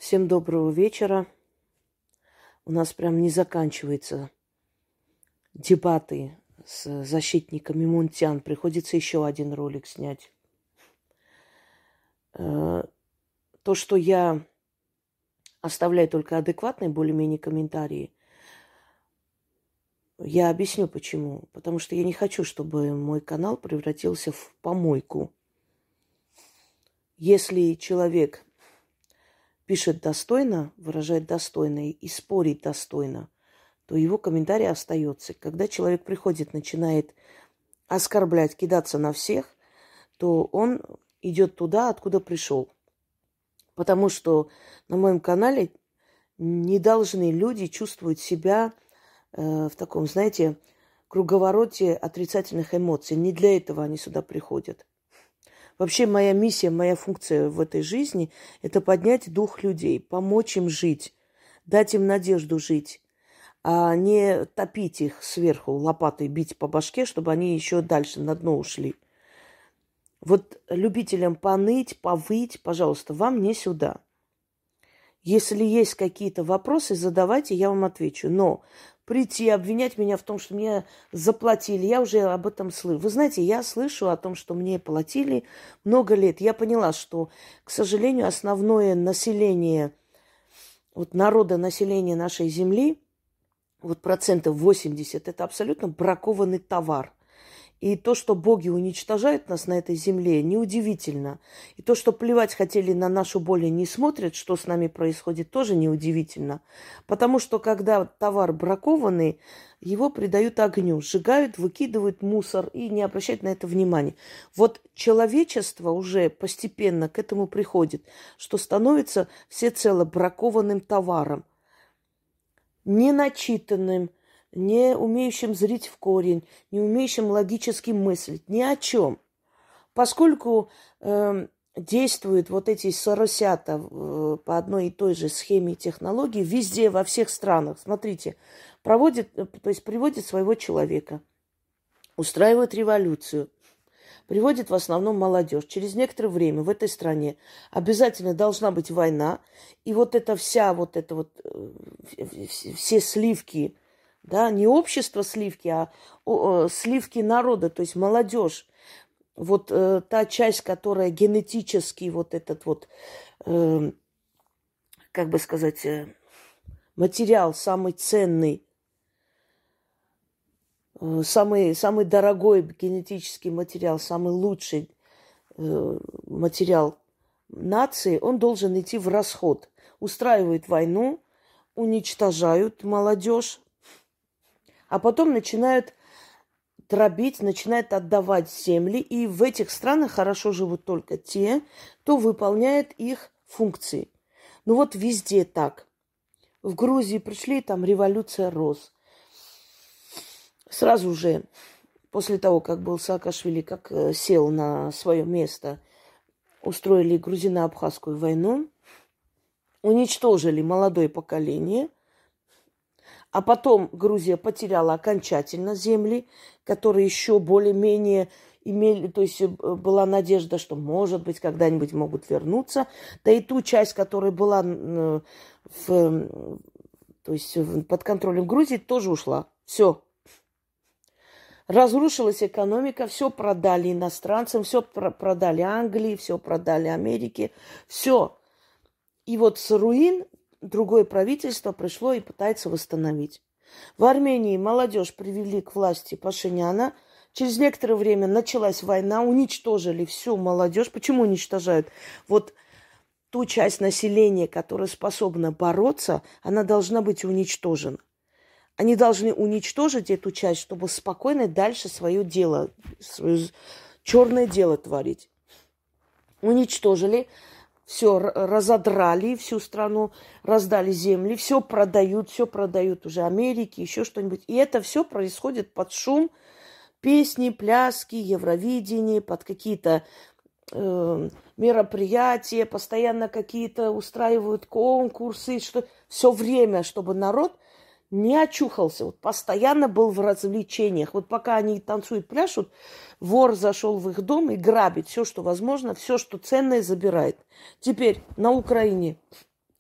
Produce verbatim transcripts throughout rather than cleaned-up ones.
Всем доброго вечера. У нас прям не заканчиваются дебаты с защитниками Мунтян. Приходится еще один ролик снять. Э, То, что я оставляю только адекватные более-менее комментарии, я объясню почему. Потому что я не хочу, чтобы мой канал превратился в помойку. Если человек пишет достойно, выражает достойно и спорит достойно, то его комментарий остается. Когда человек приходит, начинает оскорблять, кидаться на всех, то он идет туда, откуда пришел. Потому что на моем канале не должны люди чувствовать себя э, в таком, знаете, круговороте отрицательных эмоций. Не для этого они сюда приходят. Вообще моя миссия, моя функция в этой жизни – это поднять дух людей, помочь им жить, дать им надежду жить, а не топить их сверху лопатой, бить по башке, чтобы они еще дальше на дно ушли. Вот любителям поныть, повыть, пожалуйста, вам не сюда. Если есть какие-то вопросы, задавайте, я вам отвечу. Но прийти, обвинять меня в том, что мне заплатили, я уже об этом слышу. Вы знаете, я слышу о том, что мне платили много лет. Я поняла, что, к сожалению, основное население, вот народа населения нашей земли, вот процентов восемьдесят, это абсолютно бракованный товар. И то, что боги уничтожают нас на этой земле, неудивительно. И то, что плевать хотели на нашу боль и не смотрят, что с нами происходит, тоже неудивительно. Потому что, когда товар бракованный, его придают огню, сжигают, выкидывают мусор и не обращают на это внимания. Вот человечество уже постепенно к этому приходит, что становится всецело бракованным товаром, неначитанным, не умеющим зрить в корень, не умеющим логически мыслить, ни о чем. Поскольку э, действуют вот эти соросята э, по одной и той же схеме и технологии везде, во всех странах. Смотрите, проводит, то есть приводит своего человека, устраивает революцию, приводит в основном молодежь. Через некоторое время в этой стране обязательно должна быть война, и вот эта вся, вот это вот, э, все сливки, да, не общество сливки, а о, о, сливки народа, то есть молодежь. Вот э, та часть, которая генетически вот этот вот, э, как бы сказать, э, материал самый ценный, э, самый, самый дорогой генетический материал, самый лучший э, материал нации, он должен идти в расход. Устраивают войну, уничтожают молодежь, а потом начинают дробить, начинают отдавать земли. И в этих странах хорошо живут только те, кто выполняет их функции. Ну вот везде так. В Грузии пришли, там революция роз. Сразу же, после того, как был Саакашвили, как сел на свое место, устроили грузино-абхазскую войну, уничтожили молодое поколение. А потом Грузия потеряла окончательно земли, которые еще более-менее имели, то есть была надежда, что, может быть, когда-нибудь могут вернуться. Да и ту часть, которая была в, то есть под контролем Грузии, тоже ушла. Все. Разрушилась экономика, все продали иностранцам, все продали Англии, все продали Америке, все. И вот с руин другое правительство пришло и пытается восстановить. В Армении молодежь привели к власти Пашиняна. Через некоторое время началась война, уничтожили всю молодежь. Почему уничтожают? Вот ту часть населения, которая способна бороться, она должна быть уничтожена. Они должны уничтожить эту часть, чтобы спокойно дальше свое дело, свое черное дело творить. Уничтожили. Все разодрали, всю страну, раздали земли, все продают, все продают уже Америке, еще что-нибудь. И это все происходит под шум песни, пляски, Евровидения, под какие-то э, мероприятия, постоянно какие-то устраивают конкурсы, что все время, чтобы народ не очухался, вот постоянно был в развлечениях. Вот пока они танцуют, пляшут, вор зашел в их дом и грабит все, что возможно, все, что ценное, забирает. Теперь на Украине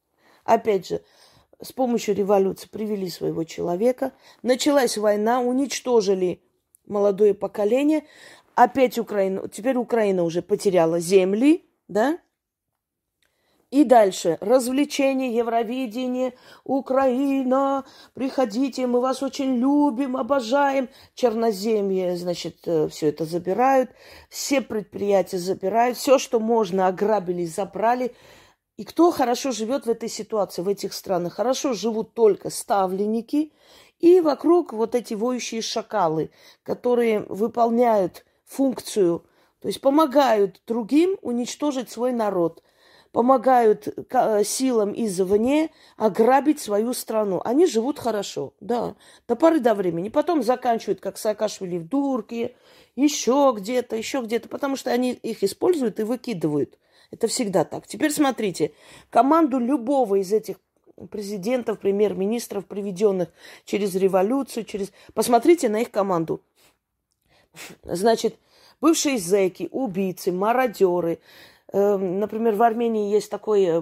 Опять же, с помощью революции привели своего человека. Началась война, уничтожили молодое поколение. Опять Украина, теперь Украина уже потеряла земли, да? И дальше. Развлечения, Евровидение, Украина, приходите, мы вас очень любим, обожаем. Черноземье, значит, все это забирают. Все предприятия забирают. Все, что можно, ограбили, забрали. И кто хорошо живет в этой ситуации, в этих странах? Хорошо живут только ставленники и вокруг вот эти воющие шакалы, которые выполняют функцию, то есть помогают другим уничтожить свой народ, помогают силам извне ограбить свою страну. Они живут хорошо, да, до поры до времени. Потом заканчивают, как Саакашвили, в дурке, еще где-то, еще где-то, потому что они их используют и выкидывают. Это всегда так. Теперь смотрите, команду любого из этих президентов, премьер-министров, приведенных через революцию, через... Посмотрите на их команду. Значит, бывшие зэки, убийцы, мародеры. Э, например, в Армении есть такой э,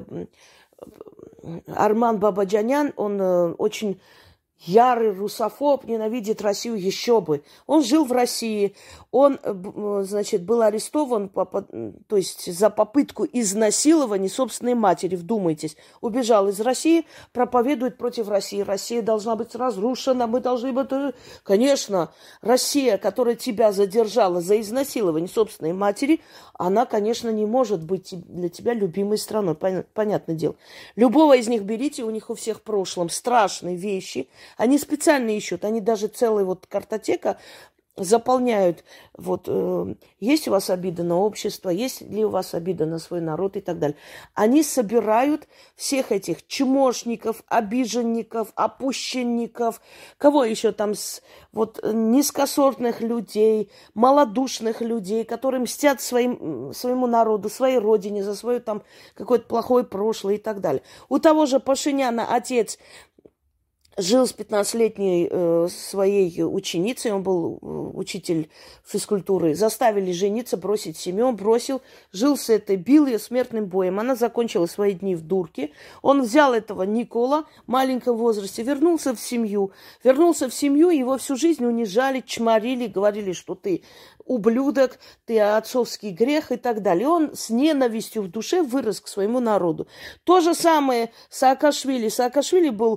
Арман Бабаджанян, он э, очень ярый русофоб, ненавидит Россию еще бы. Он жил в России, он, значит, был арестован, по, по, то есть за попытку изнасилования собственной матери, вдумайтесь. Убежал из России, проповедует против России. Россия должна быть разрушена, мы должны быть... Конечно, Россия, которая тебя задержала за изнасилование собственной матери, она, конечно, не может быть для тебя любимой страной, понятное дело. Любого из них берите, у них у всех в прошлом страшные вещи. Они специально ищут, они даже целая вот картотека заполняют. Вот, э, есть у вас обида на общество, есть ли у вас обида на свой народ и так далее. Они собирают всех этих чмошников, обиженников, опущенников, кого еще там, с, вот, низкосортных людей, малодушных людей, которые мстят своим, своему народу, своей родине за свое там какое-то плохое прошлое и так далее. У того же Пашиняна отец жил с пятнадцатилетней э, своей ученицей, он был э, учитель физкультуры, заставили жениться, бросить семью, он бросил, жил с этой, бил ее смертным боем, она закончила свои дни в дурке, он взял этого Никола в маленьком возрасте, вернулся в семью, вернулся в семью, его всю жизнь унижали, чморили, говорили, что ты ублюдок, ты отцовский грех и так далее. Он с ненавистью в душе вырос к своему народу. То же самое Саакашвили. Саакашвили был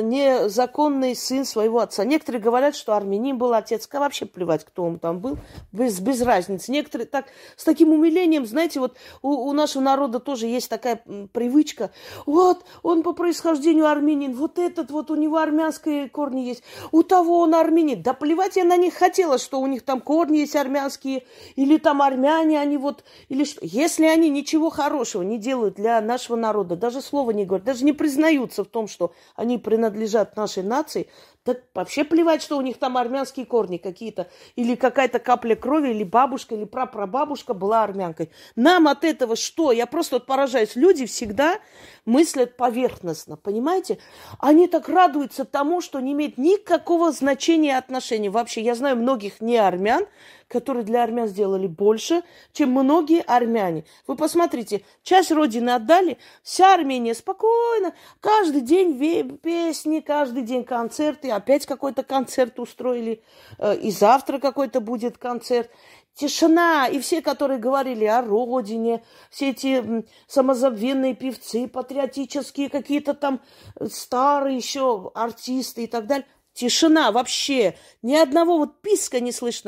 незаконный сын своего отца. Некоторые говорят, что армянин был отец. Вообще плевать, кто он там был. Без, без разницы. Некоторые так, с таким умилением, знаете, вот у, у нашего народа тоже есть такая привычка. Вот, он по происхождению армянин. Вот этот вот, у него армянские корни есть. У того он армянин. Да плевать я на них хотела, что у них там корни есть армянские. Армянские, или там армяне, они вот, или что. Если они ничего хорошего не делают для нашего народа, даже слова не говорят, даже не признаются в том, что они принадлежат нашей нации, так вообще плевать, что у них там армянские корни какие-то, или какая-то капля крови, или бабушка, или прапрабабушка была армянкой. Нам от этого что? Я просто вот поражаюсь. Люди всегда мыслят поверхностно, понимаете? Они так радуются тому, что не имеет никакого значения отношений. Вообще, я знаю многих не армян, которые для армян сделали больше, чем многие армяне. Вы посмотрите, часть Родины отдали, вся Армения спокойно, каждый день песни, каждый день концерты, опять какой-то концерт устроили, и завтра какой-то будет концерт. Тишина, и все, которые говорили о родине, все эти самозабвенные певцы, патриотические какие-то там старые еще артисты и так далее. Тишина вообще, ни одного вот писка не слышно,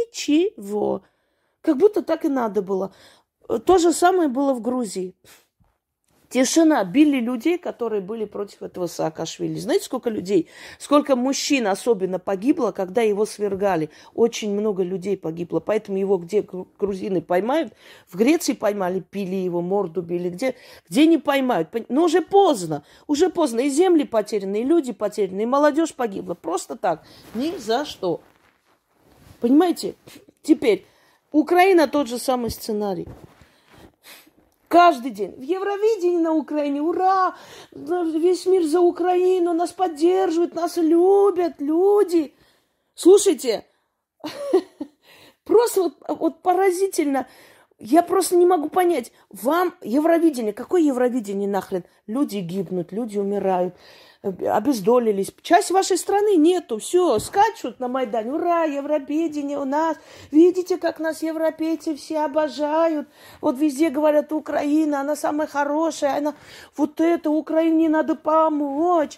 ничего. Как будто так и надо было. То же самое было в Грузии. Тишина. Били людей, которые были против этого Саакашвили. Знаете, сколько людей, сколько мужчин особенно погибло, когда его свергали? Очень много людей погибло. Поэтому его где грузины поймают? В Греции поймали, пили его, морду били. Где, где не поймают? Но уже поздно. Уже поздно. И земли потеряны, и люди потеряны, и молодежь погибла. Просто так. Ни за что. Понимаете? Теперь. Украина тот же самый сценарий. Каждый день. В Евровидении на Украине. Ура! Весь мир за Украину. Нас поддерживают, нас любят люди. Слушайте, просто вот, вот поразительно. Я просто не могу понять, вам Евровидение, какое Евровидение нахрен? Люди гибнут, люди умирают, обездолились. Часть вашей страны нету, все, скачут на Майдане. Ура, Евровидение у нас. Видите, как нас европейцы все обожают. Вот везде говорят, Украина, она самая хорошая, она вот это, Украине надо помочь.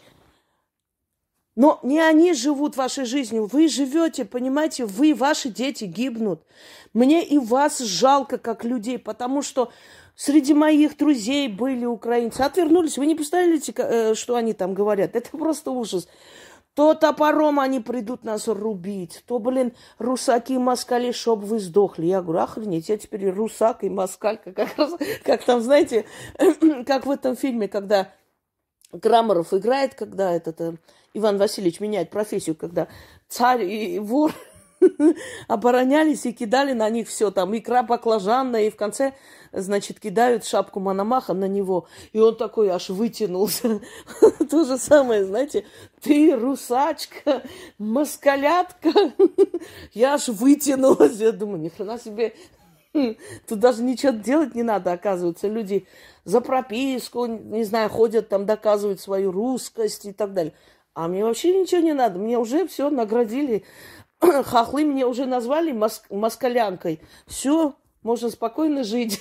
Но не они живут вашей жизнью, вы живете, понимаете, вы, ваши дети гибнут. Мне и вас жалко, как людей, потому что среди моих друзей были украинцы, отвернулись. Вы не представляете, что они там говорят? Это просто ужас. То топором они придут нас рубить, то, блин, русаки, москали, чтоб вы сдохли. Я говорю, охренеть, я теперь русак и москаль, как, раз, как там, знаете, как в этом фильме, когда Крамаров играет, когда этот Иван Васильевич меняет профессию, когда царь и вор оборонялись и кидали на них все, там, икра баклажанная, и в конце, значит, кидают шапку Мономаха на него, и он такой аж вытянулся. То же самое, знаете, ты русачка, москалятка, я аж вытянулась, я думаю, ни хрена себе, тут даже ничего делать не надо, оказывается, люди за прописку, не знаю, ходят там, доказывают свою русскость и так далее. А мне вообще ничего не надо, мне уже все наградили. Хохлы мне уже назвали моск- москалянкой. Все, можно спокойно жить.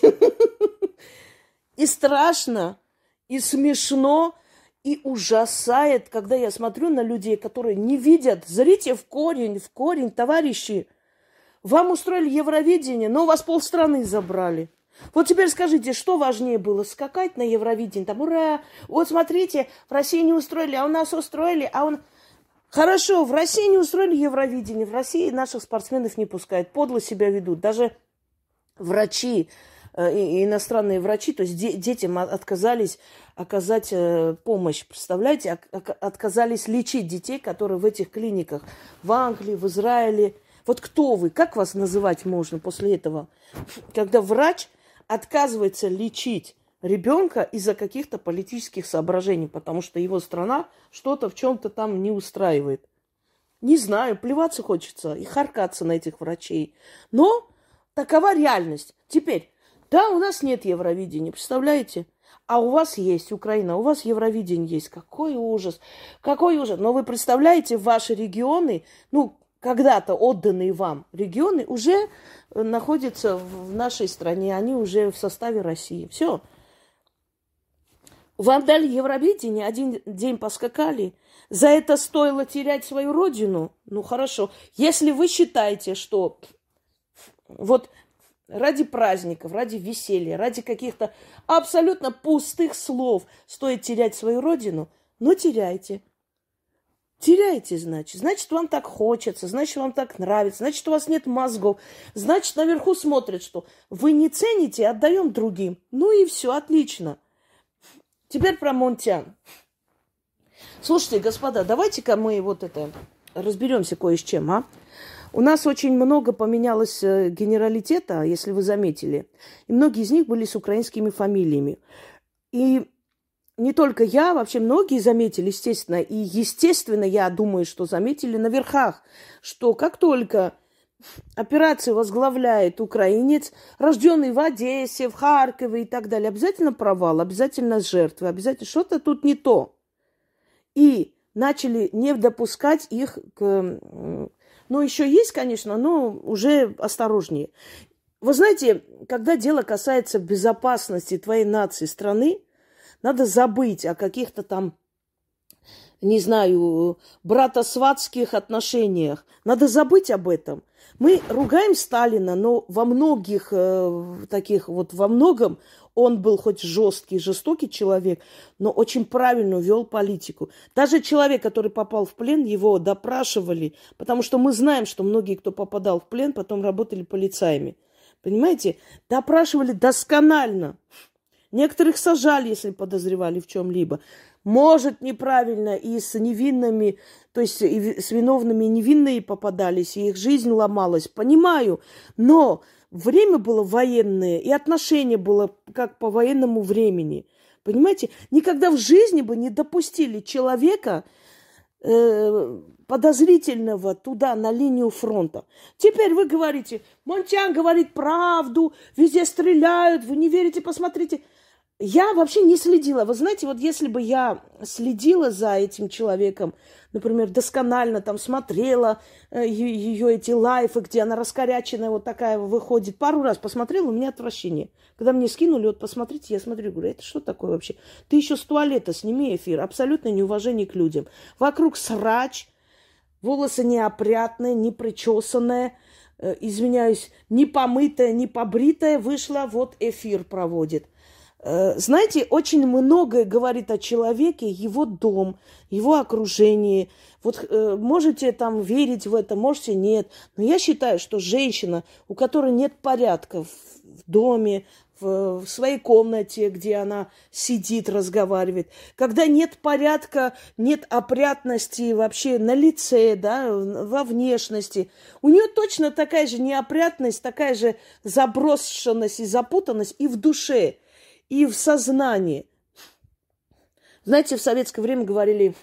И страшно, и смешно, и ужасает, когда я смотрю на людей, которые не видят. Зрите в корень, в корень, товарищи. Вам устроили Евровидение, но у вас полстраны забрали. Вот теперь скажите, что важнее было, скакать на Евровидение? Там, ура, вот смотрите, в России не устроили, а у нас устроили, а он... Хорошо, в России не устроили Евровидение, в России наших спортсменов не пускают, подло себя ведут. Даже врачи, э, иностранные врачи, то есть де- детям отказались оказать э, помощь. Представляете, от- отказались лечить детей, которые в этих клиниках в Англии, в Израиле. Вот кто вы, как вас называть можно после этого? Когда врач отказывается лечить ребенка из-за каких-то политических соображений, потому что его страна что-то в чем-то там не устраивает. Не знаю, плеваться хочется и харкаться на этих врачей. Но такова реальность. Теперь, да, у нас нет Евровидения, представляете? А у вас есть Украина, у вас Евровидение есть. Какой ужас, какой ужас. Но вы представляете, ваши регионы, ну, когда-то отданные вам регионы уже находятся в нашей стране, они уже в составе России. Все. Вам дали Евровидение, один день поскакали. За это стоило терять свою родину? Ну, хорошо. Если вы считаете, что вот ради праздников, ради веселья, ради каких-то абсолютно пустых слов стоит терять свою родину, ну, теряйте. Теряйте, значит. Значит, вам так хочется, значит, вам так нравится, значит, у вас нет мозгов. Значит, наверху смотрят, что вы не цените, отдаем другим. Ну и все, отлично. Теперь про Мунтян. Слушайте, господа, давайте-ка мы вот это разберемся кое с чем, а? У нас очень много поменялось генералитета, если вы заметили. И многие из них были с украинскими фамилиями. И не только я, вообще многие заметили, естественно. И, естественно, я думаю, что заметили на верхах, что как только операцию возглавляет украинец, рожденный в Одессе, в Харькове и так далее, обязательно провал, обязательно жертвы, обязательно что-то тут не то. И начали не допускать их к... Ну, еще есть, конечно, но уже осторожнее. Вы знаете, когда дело касается безопасности твоей нации, страны, надо забыть о каких-то там, не знаю, братосватских отношениях. Надо забыть об этом. Мы ругаем Сталина, но во многих э, таких вот, во многом он был хоть жесткий, жестокий человек, но очень правильно вел политику. Даже человек, который попал в плен, его допрашивали, потому что мы знаем, что многие, кто попадал в плен, потом работали полицаями. Понимаете? Допрашивали досконально. Некоторых сажали, если подозревали в чем-либо. Может, неправильно и с невинными, то есть и с виновными невинные попадались, и их жизнь ломалась. Понимаю, но время было военное, и отношение было как по военному времени. Понимаете? Никогда в жизни бы не допустили человека э, подозрительного туда, на линию фронта. Теперь вы говорите, Монтян говорит правду, везде стреляют, вы не верите, посмотрите. Я вообще не следила. Вы знаете, вот если бы я следила за этим человеком, например, досконально там смотрела э, ее эти лайфы, где она раскоряченная вот такая выходит, пару раз посмотрела, у меня отвращение. Когда мне скинули, вот посмотрите, я смотрю, говорю, это что такое вообще? Ты еще с туалета сними эфир. Абсолютно неуважение к людям. Вокруг срач, волосы неопрятные, не причесанные, э, извиняюсь, не помытая, не побритая, вышла, вот эфир проводит. Знаете, очень многое говорит о человеке, его дом, его окружение. Вот э, можете там верить в это, можете нет. Но я считаю, что женщина, у которой нет порядка в, в доме, в, в своей комнате, где она сидит, разговаривает, когда нет порядка, нет опрятности вообще на лице, да, во внешности, у нее точно такая же неопрятность, такая же заброшенность и запутанность и в душе, и в сознании. Знаете, в советское время говорили,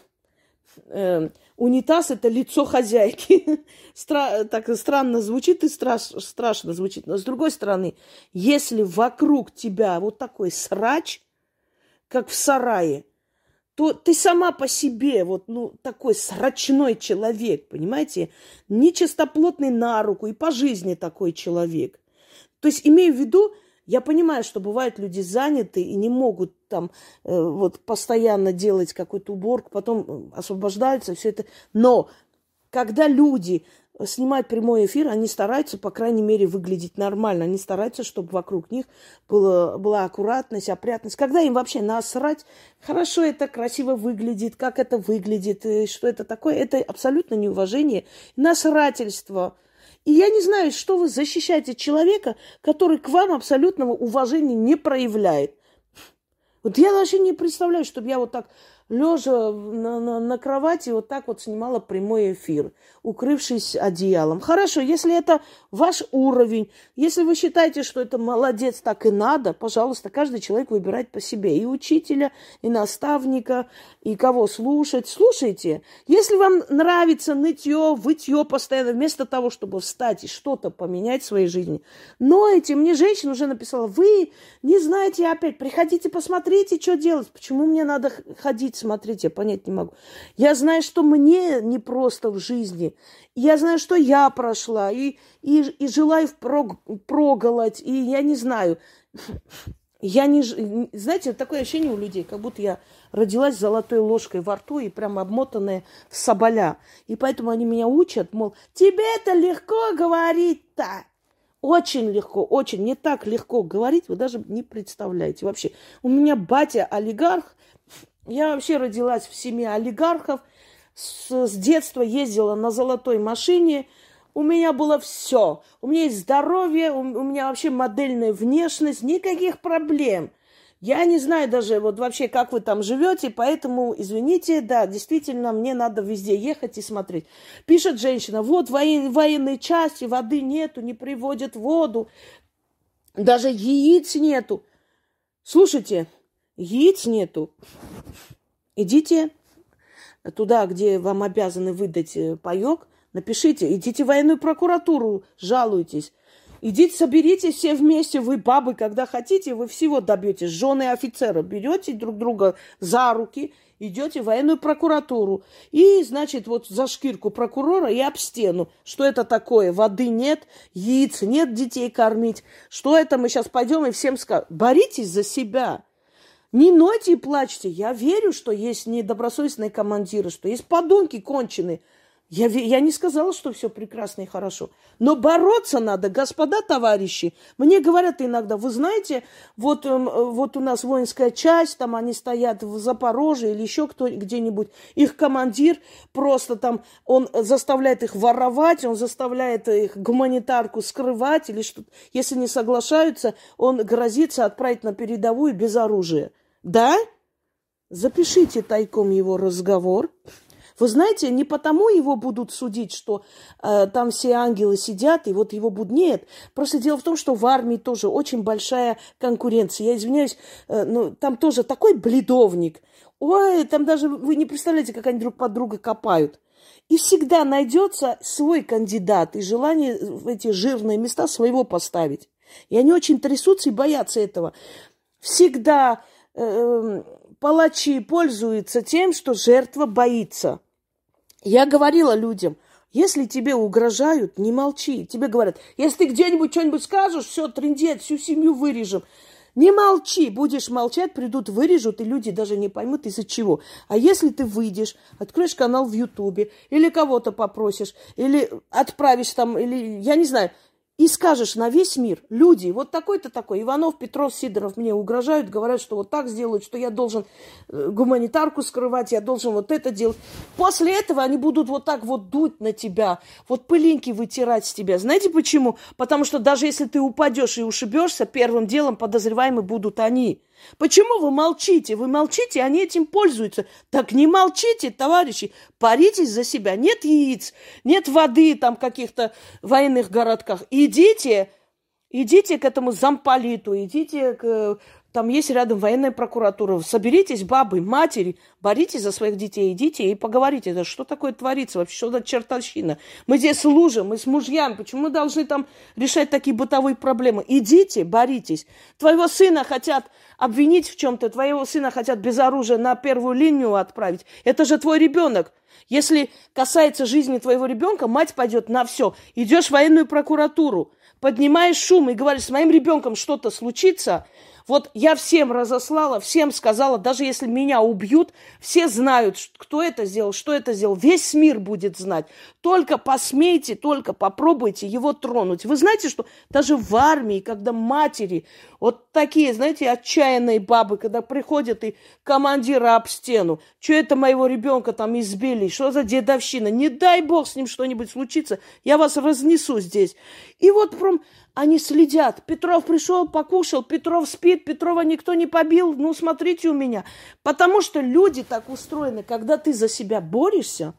э, унитаз – это лицо хозяйки. Стра- так странно звучит и страш- страшно звучит. Но с другой стороны, если вокруг тебя вот такой срач, как в сарае, то ты сама по себе вот ну, такой срачной человек, понимаете? Нечистоплотный на руку и по жизни такой человек. То есть имею в виду, я понимаю, что бывают люди заняты и не могут там э, вот постоянно делать какую-то уборку, потом освобождаются, все это. Но когда люди снимают прямой эфир, они стараются, по крайней мере, выглядеть нормально. Они стараются, чтобы вокруг них было, была аккуратность, опрятность. Когда им вообще насрать, хорошо это красиво выглядит, как это выглядит, что это такое, это абсолютно неуважение, насрательство. И я не знаю, что вы защищаете человека, который к вам абсолютного уважения не проявляет. Вот я вообще не представляю, чтобы я вот так, лежа на, на, на кровати, вот так вот снимала прямой эфир, укрывшись одеялом. Хорошо, если это ваш уровень, если вы считаете, что это молодец, так и надо, пожалуйста, каждый человек выбирает по себе. И учителя, и наставника, и кого слушать. Слушайте, если вам нравится нытье, вытье постоянно, вместо того, чтобы встать и что-то поменять в своей жизни, ноете. Мне женщина уже написала, вы не знаете опять, приходите, посмотрите, что делать. Почему мне надо ходить, смотреть, я понять не могу. Я знаю, что мне непросто в жизни. Я знаю, что я прошла. И, и, и желаю впрог, проголодь. И я не знаю. Я не... Знаете, такое ощущение у людей, как будто я родилась с золотой ложкой во рту и прям обмотанная в соболя. И поэтому они меня учат, мол, тебе это легко говорить-то. Очень легко, очень. Не так легко говорить, вы даже не представляете. Вообще, у меня батя олигарх. Я вообще родилась в семье олигархов. С, с детства ездила на золотой машине. У меня было все. У меня есть здоровье, у, у меня вообще модельная внешность. Никаких проблем. Я не знаю даже вот вообще, как вы там живете, поэтому, извините, да, действительно, мне надо везде ехать и смотреть. Пишет женщина, вот воен, военные части, воды нету, не приводят воду, даже яиц нету. Слушайте, яиц нету. Идите туда, где вам обязаны выдать паёк, напишите, идите в военную прокуратуру, жалуйтесь. Идите, соберитесь все вместе, вы бабы, когда хотите, вы всего добьетесь. Жены офицера берете друг друга за руки, идете в военную прокуратуру. И, значит, вот за шкирку прокурора и об стену. Что это такое? Воды нет, яиц нет, детей кормить. Что это? Мы сейчас пойдем и всем скажем. Боритесь за себя. Не нойте и плачьте. Я верю, что есть недобросовестные командиры, что есть подонки конченые. Я, я не сказала, что все прекрасно и хорошо. Но бороться надо, господа товарищи. Мне говорят иногда, вы знаете, вот, вот у нас воинская часть, там они стоят в Запорожье или еще кто, где-нибудь. Их командир просто там, он заставляет их воровать, он заставляет их гуманитарку скрывать или что-то. Если не соглашаются, он грозится отправить на передовую без оружия. Да? Запишите тайком его разговор. Вы знаете, не потому его будут судить, что э, там все ангелы сидят, и вот его будут... Нет. Просто дело в том, что в армии тоже очень большая конкуренция. Я извиняюсь, э, но там тоже такой бледовник. Ой, там даже вы не представляете, как они друг под друга копают. И всегда найдется свой кандидат, и желание в эти жирные места своего поставить. И они очень трясутся и боятся этого. Всегда... Э, Палачи пользуются тем, что жертва боится. Я говорила людям, если тебе угрожают, не молчи. Тебе говорят, если ты где-нибудь что-нибудь скажешь, все, трындец, всю семью вырежем. Не молчи, будешь молчать, придут, вырежут, и люди даже не поймут, из-за чего. А если ты выйдешь, откроешь канал в Ютубе, или кого-то попросишь, или отправишь там, или, я не знаю, и скажешь на весь мир, люди, вот такой-то такой, Иванов, Петров, Сидоров мне угрожают, говорят, что вот так сделают, что я должен гуманитарку скрывать, я должен вот это делать. После этого они будут вот так вот дуть на тебя, вот пылинки вытирать с тебя. Знаете почему? Потому что даже если ты упадешь и ушибешься, первым делом подозреваемы будут они. Почему вы молчите? Вы молчите, они этим пользуются. Так не молчите, товарищи, боритесь за себя. Нет яиц, нет воды там в каких-то военных городках. Идите, идите к этому замполиту, идите к... Там есть рядом военная прокуратура. Соберитесь, бабы, матери, боритесь за своих детей, идите и поговорите. Да что такое творится вообще, что за чертовщина? Мы здесь служим, мы с мужьями. Почему мы должны там решать такие бытовые проблемы? Идите, боритесь. Твоего сына хотят обвинить в чем-то, твоего сына хотят без оружия на первую линию отправить. Это же твой ребенок. Если касается жизни твоего ребенка, мать пойдет на все. Идешь в военную прокуратуру, поднимаешь шум и говоришь, с моим ребенком что-то случится. Вот я всем разослала, всем сказала, даже если меня убьют, все знают, кто это сделал, что это сделал. Весь мир будет знать. Только посмейте, только попробуйте его тронуть. Вы знаете, что даже в армии, когда матери, вот такие, знаете, отчаянные бабы, когда приходят и командира об стену, что это моего ребенка там избили, что за дедовщина, не дай бог с ним что-нибудь случится, я вас разнесу здесь. И вот прям... Они следят. Петров пришел, покушал, Петров спит, Петрова никто не побил. Ну, смотрите у меня. Потому что люди так устроены, когда ты за себя борешься,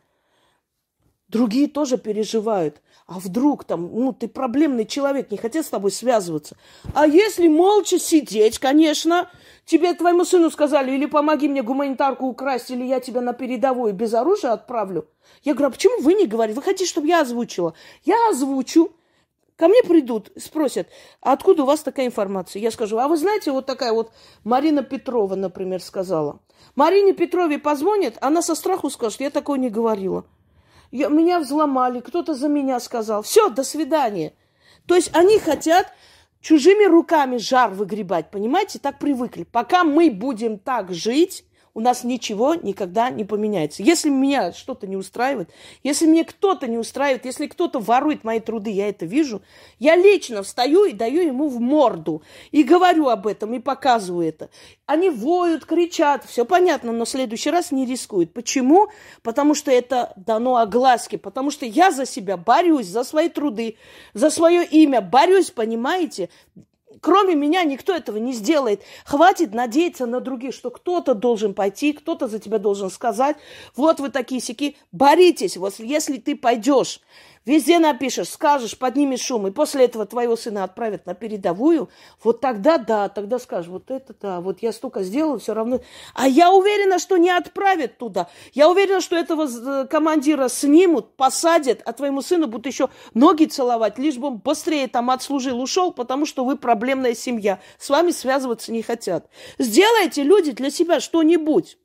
другие тоже переживают. А вдруг там, ну, ты проблемный человек, не хотят с тобой связываться. А если молча сидеть, конечно, тебе, твоему сыну сказали, или помоги мне гуманитарку украсть, или я тебя на передовую без оружия отправлю. Я говорю, а почему вы не говорите? Вы хотите, чтобы я озвучила? Я озвучу. Ко мне придут, спросят, а откуда у вас такая информация? Я скажу, а вы знаете, вот такая вот Марина Петрова, например, сказала. Марине Петрове позвонят, она со страху скажет, я такого не говорила. Я, меня взломали, кто-то за меня сказал. Все, до свидания. То есть они хотят чужими руками жар выгребать, понимаете? Так привыкли. Пока мы будем так жить, у нас ничего никогда не поменяется. Если меня что-то не устраивает, если мне кто-то не устраивает, если кто-то ворует мои труды, я это вижу, я лично встаю и даю ему в морду. И говорю об этом, и показываю это. Они воют, кричат, все понятно, но в следующий раз не рискуют. Почему? Потому что это дано огласке, потому что я за себя борюсь, за свои труды, за свое имя борюсь, понимаете? Кроме меня никто этого не сделает. Хватит надеяться на других, что кто-то должен пойти, кто-то за тебя должен сказать. Вот вы такие-сяки. Боритесь. Вот если ты пойдешь, везде напишешь, скажешь, поднимешь шум, и после этого твоего сына отправят на передовую, вот тогда да, тогда скажешь, вот это да, вот я столько сделала, все равно. А я уверена, что не отправят туда. Я уверена, что этого командира снимут, посадят, а твоему сыну будут еще ноги целовать, лишь бы он быстрее там отслужил, ушел, потому что вы проблемная семья. С вами связываться не хотят. Сделайте, люди, для себя что-нибудь.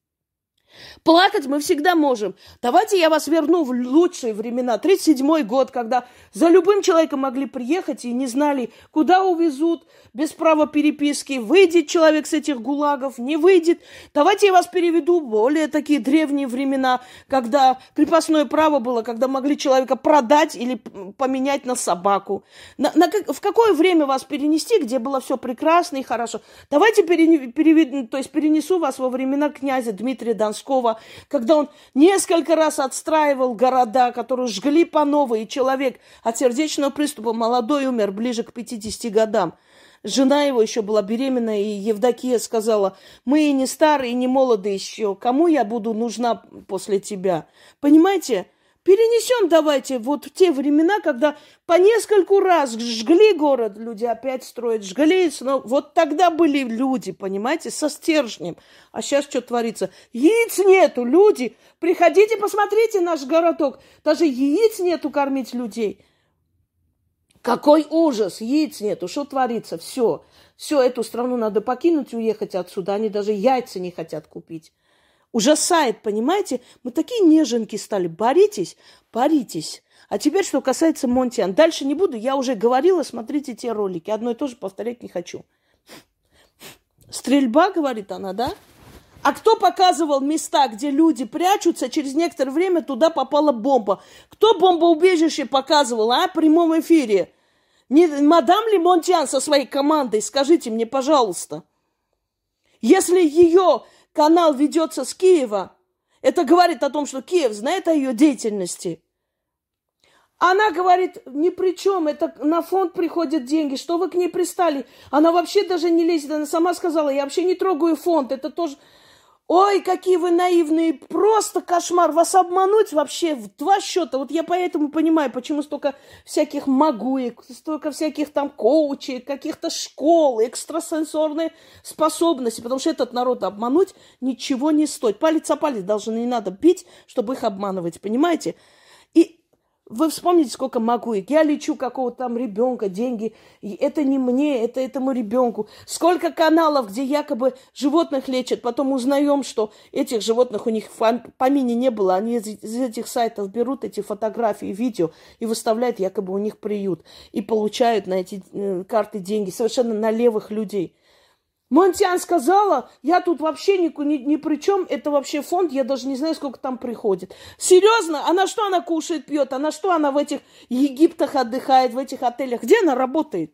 Плакать мы всегда можем. Давайте я вас верну в лучшие времена. тридцать седьмой год, когда за любым человеком могли приехать и не знали, куда увезут, без права переписки. Выйдет человек с этих гулагов, не выйдет. Давайте я вас переведу в более такие древние времена, когда крепостное право было, когда могли человека продать или поменять на собаку. На, на, в какое время вас перенести, где было все прекрасно и хорошо? Давайте пере, переведу, то есть перенесу вас во времена князя Дмитрия Донского, когда он несколько раз отстраивал города, которые жгли по новой, и человек от сердечного приступа молодой умер ближе к пятидесяти годам. жена его еще была беременна, и Евдокия сказала: мы и не старые, и не молоды еще. Кому я буду нужна после тебя? Понимаете? Перенесем давайте вот в те времена, когда по нескольку раз жгли город, люди опять строят, жгли снова. Вот тогда были люди, понимаете, со стержнем. А сейчас что творится? Яиц нету, люди. Приходите, посмотрите наш городок. Даже яиц нету кормить людей. Какой ужас, яиц нету, что творится? Все, все, эту страну надо покинуть, уехать отсюда. Они даже яйца не хотят купить. Ужасает, понимаете? Мы такие неженки стали. Боритесь, боритесь. А теперь, что касается Монтиан. Дальше не буду, я уже говорила, смотрите те ролики. Одно и то же повторять не хочу. Стрельба, говорит она, да? А кто показывал места, где люди прячутся, через некоторое время туда попала бомба? Кто бомбоубежище показывал, а? В прямом эфире. Не мадам ли Монтиан со своей командой? Скажите мне, пожалуйста. Если ее канал ведется с Киева, это говорит о том, что Киев знает о ее деятельности. Она говорит, ни при чем, это на фонд приходят деньги, что вы к ней пристали? Она вообще даже не лезет, она сама сказала, я вообще не трогаю фонд, это тоже... Ой, какие вы наивные, просто кошмар, вас обмануть вообще в два счета. Вот я поэтому понимаю, почему столько всяких магуек, столько всяких там коучей, каких-то школ, экстрасенсорные способности, потому что этот народ обмануть ничего не стоит. Палец о палец даже не надо бить, чтобы их обманывать, понимаете? И вы вспомните, сколько магуек. Я лечу какого-то там ребенка, деньги. И это не мне, это этому ребенку. Сколько каналов, где якобы животных лечат. Потом узнаем, что этих животных у них в помине не было. Они из, из этих сайтов берут эти фотографии, видео и выставляют якобы у них приют. И получают на эти э, карты деньги совершенно на левых людей. Монтиан сказала, я тут вообще ни, ни, ни при чем, это вообще фонд, я даже не знаю, сколько там приходит. Серьезно? А на что она кушает, пьет? А на что она в этих Египтах отдыхает, в этих отелях? Где она работает?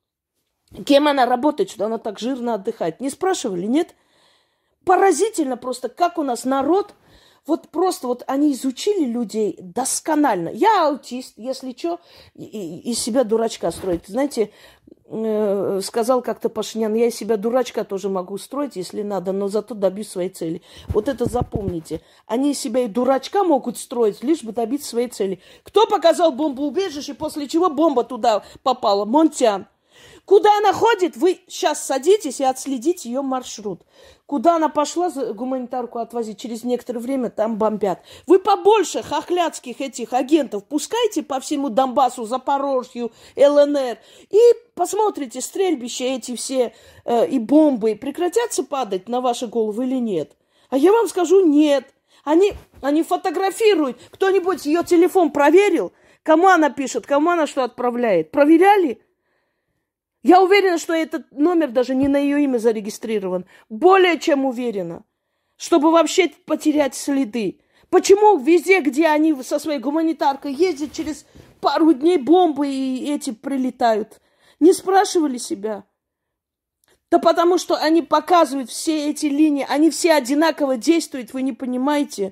Кем она работает, что она так жирно отдыхает? Не спрашивали, нет? Поразительно просто, как у нас народ, вот просто вот они изучили людей досконально. Я аутист, если что, из себя дурачка строить. Знаете, э, сказал как-то Пашинян, я из себя дурачка тоже могу строить, если надо, но зато добьюсь своей цели. Вот это запомните. Они из себя и дурачка могут строить, лишь бы добиться своей цели. Кто показал бомбоубежище, после чего бомба туда попала? Монтиан. Куда она ходит, вы сейчас садитесь и отследите ее маршрут. Куда она пошла гуманитарку отвозить, через некоторое время там бомбят. Вы побольше хохлядских этих агентов пускайте по всему Донбассу, Запорожью, ЛНР. И посмотрите, стрельбища эти все э, и бомбы прекратятся падать на ваши головы или нет. А я вам скажу, нет. Они, они фотографируют. Кто-нибудь ее телефон проверил? Кому она пишет, кому она что отправляет? Проверяли? Я уверена, что этот номер даже не на ее имя зарегистрирован. Более чем уверена. Чтобы вообще потерять следы. Почему везде, где они со своей гуманитаркой ездят, через пару дней бомбы и эти прилетают? Не спрашивали себя? Да потому что они показывают все эти линии. Они все одинаково действуют, вы не понимаете?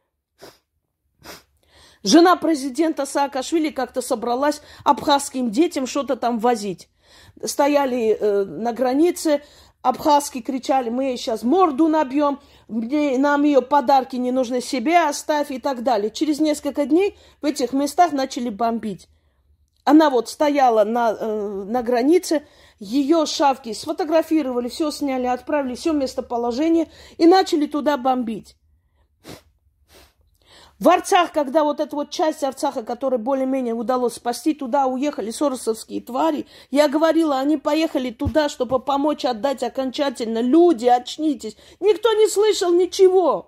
Жена президента Саакашвили как-то собралась абхазским детям что-то там возить. Стояли э, на границе, абхазки кричали, мы ей сейчас морду набьем, мне, нам ее подарки не нужны, себе оставь и так далее. Через несколько дней в этих местах начали бомбить. Она вот стояла на, э, на границе, ее шавки сфотографировали, все сняли, отправили, все местоположение и начали туда бомбить. В Арцах, когда вот эта вот часть Арцаха, которую более-менее удалось спасти, туда уехали соросовские твари. Я говорила, они поехали туда, чтобы помочь отдать окончательно. Люди, очнитесь. Никто не слышал ничего.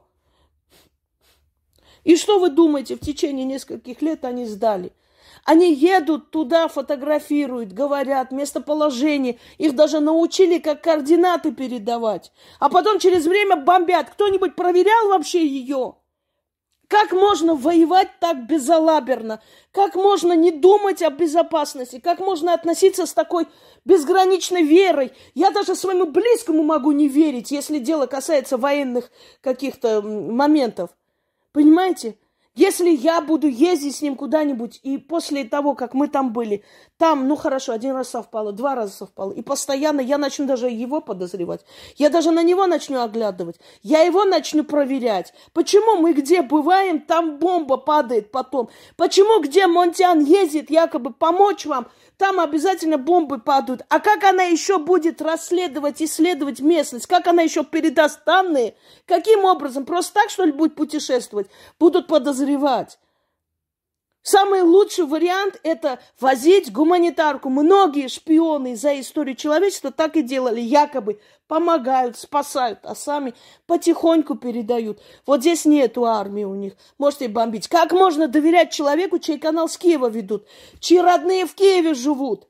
И что вы думаете, в течение нескольких лет они сдали? Они едут туда, фотографируют, говорят местоположение. Их даже научили, как координаты передавать. А потом через время бомбят. Кто-нибудь проверял вообще ее? Как можно воевать так безалаберно? Как можно не думать о безопасности? Как можно относиться с такой безграничной верой? Я даже своему близкому могу не верить, если дело касается военных каких-то моментов. Понимаете? Если я буду ездить с ним куда-нибудь, и после того, как мы там были, там, ну хорошо, один раз совпало, два раза совпало, и постоянно я начну даже его подозревать, я даже на него начну оглядывать, я его начну проверять. Почему мы где бываем, там бомба падает потом? Почему где Монтян ездит якобы помочь вам, там обязательно бомбы падают? А как она еще будет расследовать, исследовать местность? Как она еще передаст данные? Каким образом? Просто так, что ли, будет путешествовать? Будут подозревать. Самый лучший вариант – это возить гуманитарку. Многие шпионы за историю человечества так и делали. Якобы помогают, спасают, а сами потихоньку передают. Вот здесь нету армии у них. Можете бомбить. Как можно доверять человеку, чей канал с Киева ведут? Чьи родные в Киеве живут?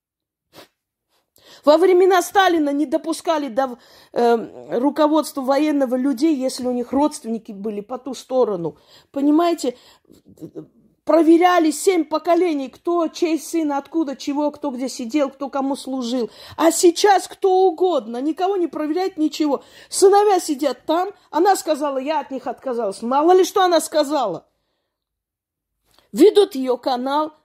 Во времена Сталина не допускали до э, руководства военного людей, если у них родственники были по ту сторону. Понимаете? Проверяли семь поколений, кто, чей сын, откуда, чего, кто где сидел, кто кому служил. А сейчас кто угодно, никого не проверяет, ничего. Сыновья сидят там, она сказала, я от них отказалась. Мало ли что она сказала. Ведут ее канал.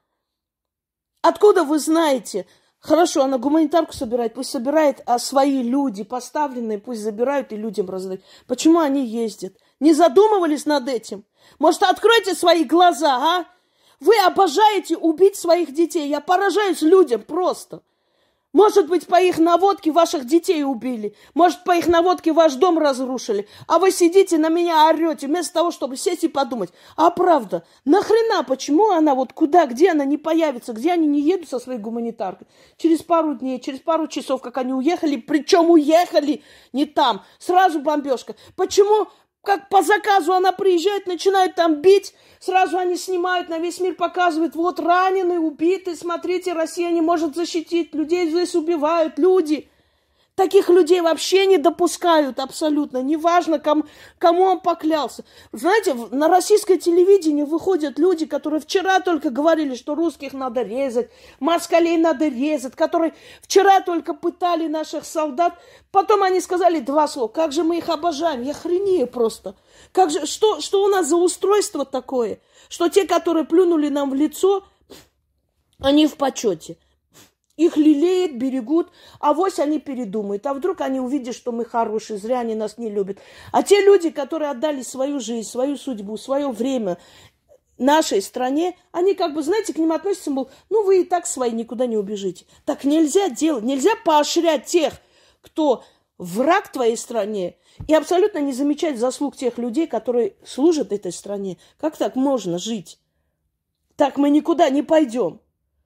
Откуда вы знаете? Хорошо, она гуманитарку собирает, пусть собирает, а свои люди поставленные пусть забирают и людям раздают. Почему они ездят? Не задумывались над этим? Может, откройте свои глаза, а? Вы обожаете убить своих детей. Я поражаюсь людям просто. Может быть, по их наводке ваших детей убили. Может, по их наводке ваш дом разрушили. А вы сидите на меня орете, вместо того, чтобы сесть и подумать. А правда, нахрена, почему она вот куда, где она не появится, где они не едут со своей гуманитаркой? Через пару дней, через пару часов, как они уехали, причем уехали не там, сразу бомбежка. Почему? Как по заказу она приезжает, начинает там бить, сразу они снимают, на весь мир показывают, вот раненый, убитый, смотрите, Россия не может защитить, людей здесь убивают, люди. Таких людей вообще не допускают абсолютно, неважно, кому, кому он поклялся. Знаете, на российское телевидение выходят люди, которые вчера только говорили, что русских надо резать, москалей надо резать, которые вчера только пытали наших солдат. Потом они сказали два слова, как же мы их обожаем, я хренею просто. Как же, что, что у нас за устройство такое, что те, которые плюнули нам в лицо, они в почете. Их лелеют, берегут, а вось они передумают. А вдруг они увидят, что мы хорошие, зря они нас не любят. А те люди, которые отдали свою жизнь, свою судьбу, свое время нашей стране, они как бы, знаете, к ним относятся, мол, ну вы и так свои, никуда не убежите. Так нельзя делать, нельзя поощрять тех, кто враг твоей стране, и абсолютно не замечать заслуг тех людей, которые служат этой стране. Как так можно жить? Так мы никуда не пойдем.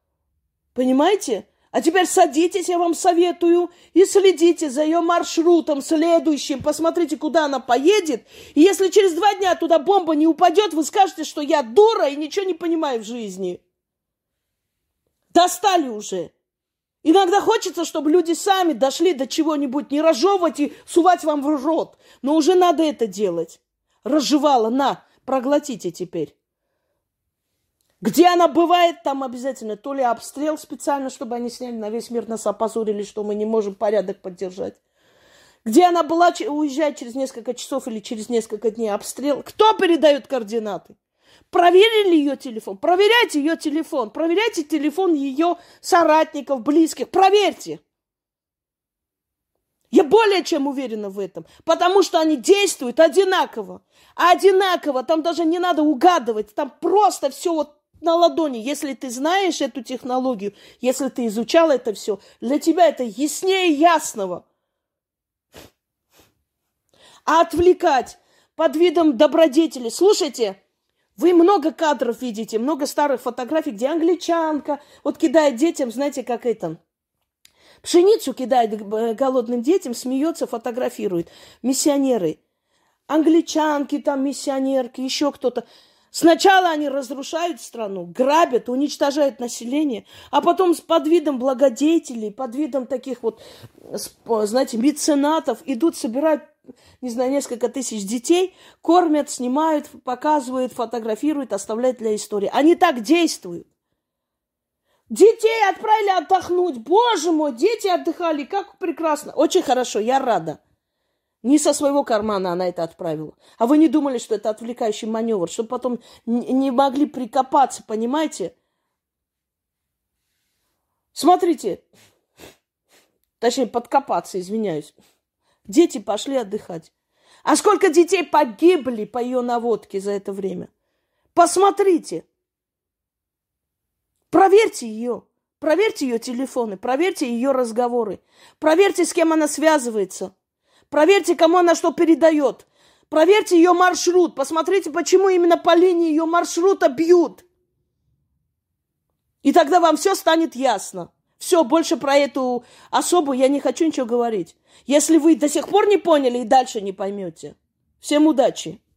Понимаете? А теперь садитесь, я вам советую, и следите за ее маршрутом следующим. Посмотрите, куда она поедет. И если через два дня туда бомба не упадет, вы скажете, что я дура и ничего не понимаю в жизни. Достали уже. Иногда хочется, чтобы люди сами дошли до чего-нибудь, не разжевывать и сувать вам в рот. Но уже надо это делать. Разжевала, на, проглотите теперь. Где она бывает, там обязательно то ли обстрел специально, чтобы они сняли, на весь мир нас опозорили, что мы не можем порядок поддержать. Где она была, уезжает через несколько часов или через несколько дней обстрел. Кто передает координаты? Проверили ее телефон? Проверяйте ее телефон. Проверяйте телефон ее соратников, близких. Проверьте. Я более чем уверена в этом. Потому что они действуют одинаково. Одинаково. Там даже не надо угадывать. Там просто все вот на ладони. Если ты знаешь эту технологию, если ты изучал это все, для тебя это яснее ясного. А отвлекать под видом добродетели. Слушайте, вы много кадров видите, много старых фотографий, где англичанка вот кидает детям, знаете, как это, пшеницу кидает голодным детям, смеется, фотографирует. Миссионеры, англичанки, там миссионерки, еще кто-то. Сначала они разрушают страну, грабят, уничтожают население, а потом под видом благодетелей, под видом таких вот, знаете, меценатов идут, собирают, не знаю, несколько тысяч детей, кормят, снимают, показывают, фотографируют, оставляют для истории. Они так действуют. Детей отправили отдохнуть. Боже мой, дети отдыхали, как прекрасно. Очень хорошо, я рада. Не со своего кармана она это отправила. А вы не думали, что это отвлекающий маневр, чтобы потом не могли прикопаться, понимаете? Смотрите, точнее, подкопаться, извиняюсь. Дети пошли отдыхать. А сколько детей погибли по ее наводке за это время? Посмотрите. Проверьте ее. Проверьте ее телефоны, проверьте ее разговоры. Проверьте, с кем она связывается. Проверьте, кому она что передает. Проверьте ее маршрут. Посмотрите, почему именно по линии ее маршрута бьют. И тогда вам все станет ясно. Все, больше про эту особу я не хочу ничего говорить. Если вы до сих пор не поняли и дальше не поймете. Всем удачи.